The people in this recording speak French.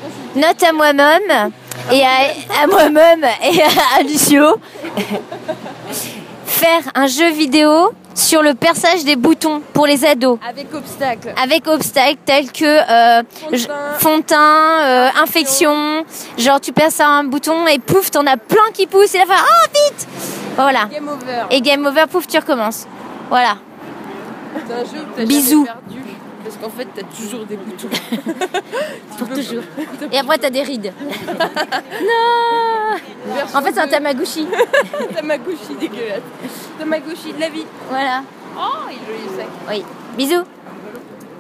Note à moi-même et à moi-même et à Lucio. Faire un jeu vidéo sur le perçage des boutons pour les ados. Avec obstacle. Avec obstacles tels que fond de teint, infection. Genre tu perces un bouton et pouf, t'en as plein qui poussent et là, oh vite. Voilà. Game over. Et game over, pouf, tu recommences. Voilà. C'est un jeu où t'as Bisous. jamais perdu. Parce qu'en fait, t'as toujours des boutons. Pour toujours. Et après, t'as des rides. Non. En fait, c'est un Tamagotchi. Tamagotchi dégueulasse. Tamagotchi de la vie. Voilà. Oh, il est joli le sac. Oui. Bisous.